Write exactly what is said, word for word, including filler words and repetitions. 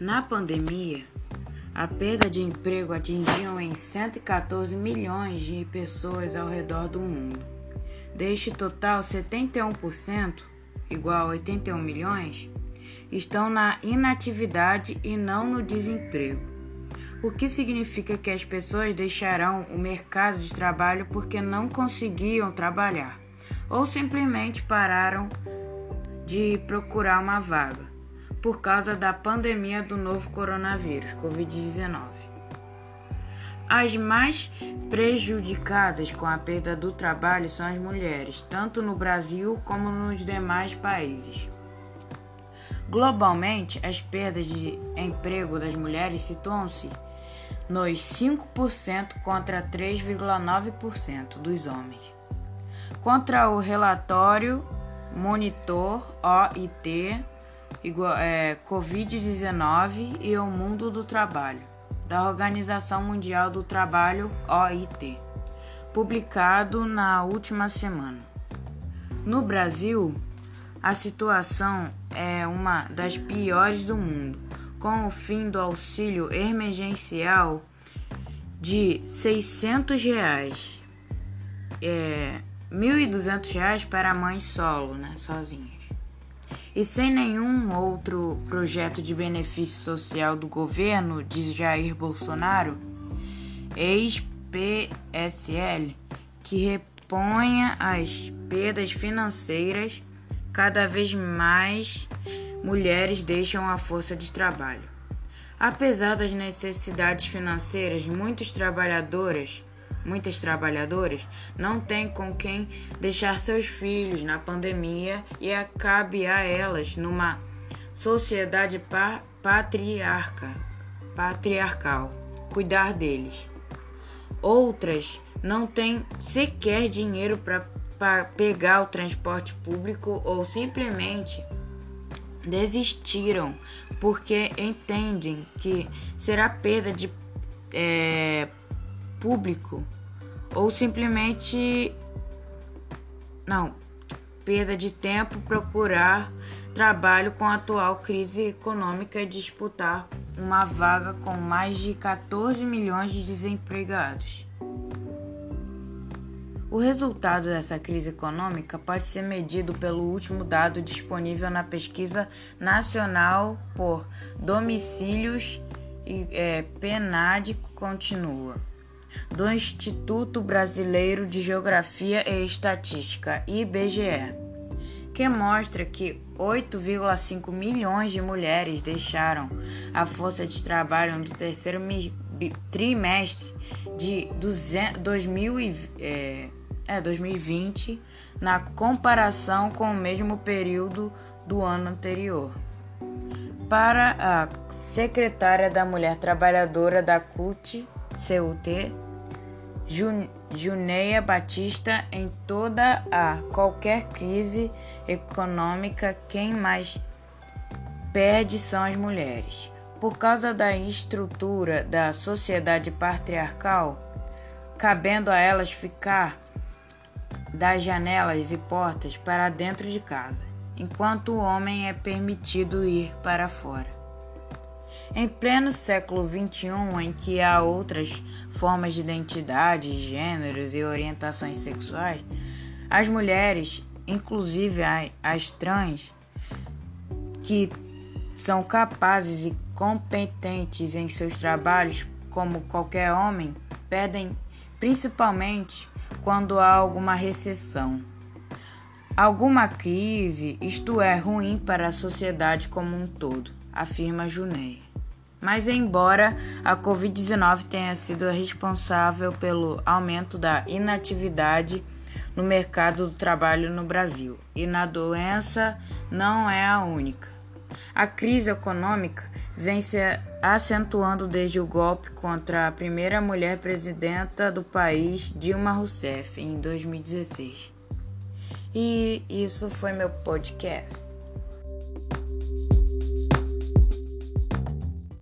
Na pandemia, a perda de emprego atingiu em cento e quatorze milhões de pessoas ao redor do mundo. Deste total, setenta e um por cento, igual a oitenta e um milhões, estão na inatividade e não no desemprego, o que significa que as pessoas deixarão o mercado de trabalho porque não conseguiam trabalhar ou simplesmente pararam de procurar uma vaga por causa da pandemia do novo coronavírus, covid dezenove. As mais prejudicadas com a perda do trabalho são as mulheres, tanto no Brasil como nos demais países. Globalmente, as perdas de emprego das mulheres situam-se nos cinco por cento contra três vírgula nove por cento dos homens. Contra o relatório Monitor O I T, igual, é, covid dezenove e o mundo do trabalho, da Organização Mundial do Trabalho, O I T, publicado na última semana. No Brasil, a situação é uma das piores do mundo, com o fim do auxílio emergencial de seiscentos reais, é, mil e duzentos reais para mães solo, né, sozinhas, e sem nenhum outro projeto de benefício social do governo de Jair Bolsonaro, ex-P S L, que reponha as perdas financeiras. Cada vez mais mulheres deixam a força de trabalho. Apesar das necessidades financeiras, muitas trabalhadoras, muitas trabalhadoras não têm com quem deixar seus filhos na pandemia e cabe a elas, numa sociedade pa- patriarca, patriarcal, cuidar deles. Outras não têm sequer dinheiro para para pegar o transporte público ou simplesmente desistiram porque entendem que será perda de é, público ou simplesmente não, perda de tempo procurar trabalho com a atual crise econômica e disputar uma vaga com mais de quatorze milhões de desempregados. O resultado dessa crise econômica pode ser medido pelo último dado disponível na Pesquisa Nacional por Domicílios e é, PNAD continua, do Instituto Brasileiro de Geografia e Estatística, I B G E, que mostra que oito vírgula cinco milhões de mulheres deixaram a força de trabalho no terceiro mi- trimestre de dois mil e vinte, na comparação com o mesmo período do ano anterior. Para a secretária da Mulher Trabalhadora da C U T, C U T, Juneia Batista, em toda a qualquer crise econômica, quem mais perde são as mulheres. Por causa da estrutura da sociedade patriarcal, cabendo a elas ficar das janelas e portas para dentro de casa, enquanto o homem é permitido ir para fora. Em pleno século vinte e um, em que há outras formas de identidade, gêneros e orientações sexuais, as mulheres, inclusive as trans, que são capazes e competentes em seus trabalhos como qualquer homem, perdem principalmente quando há alguma recessão, alguma crise, isto é, ruim para a sociedade como um todo, afirma Juneia. Mas embora a covid dezenove tenha sido responsável pelo aumento da inatividade no mercado do trabalho no Brasil, e na doença não é a única. A crise econômica vem se acentuando desde o golpe contra a primeira mulher presidenta do país, Dilma Rousseff, em dois mil e dezesseis. E isso foi meu podcast.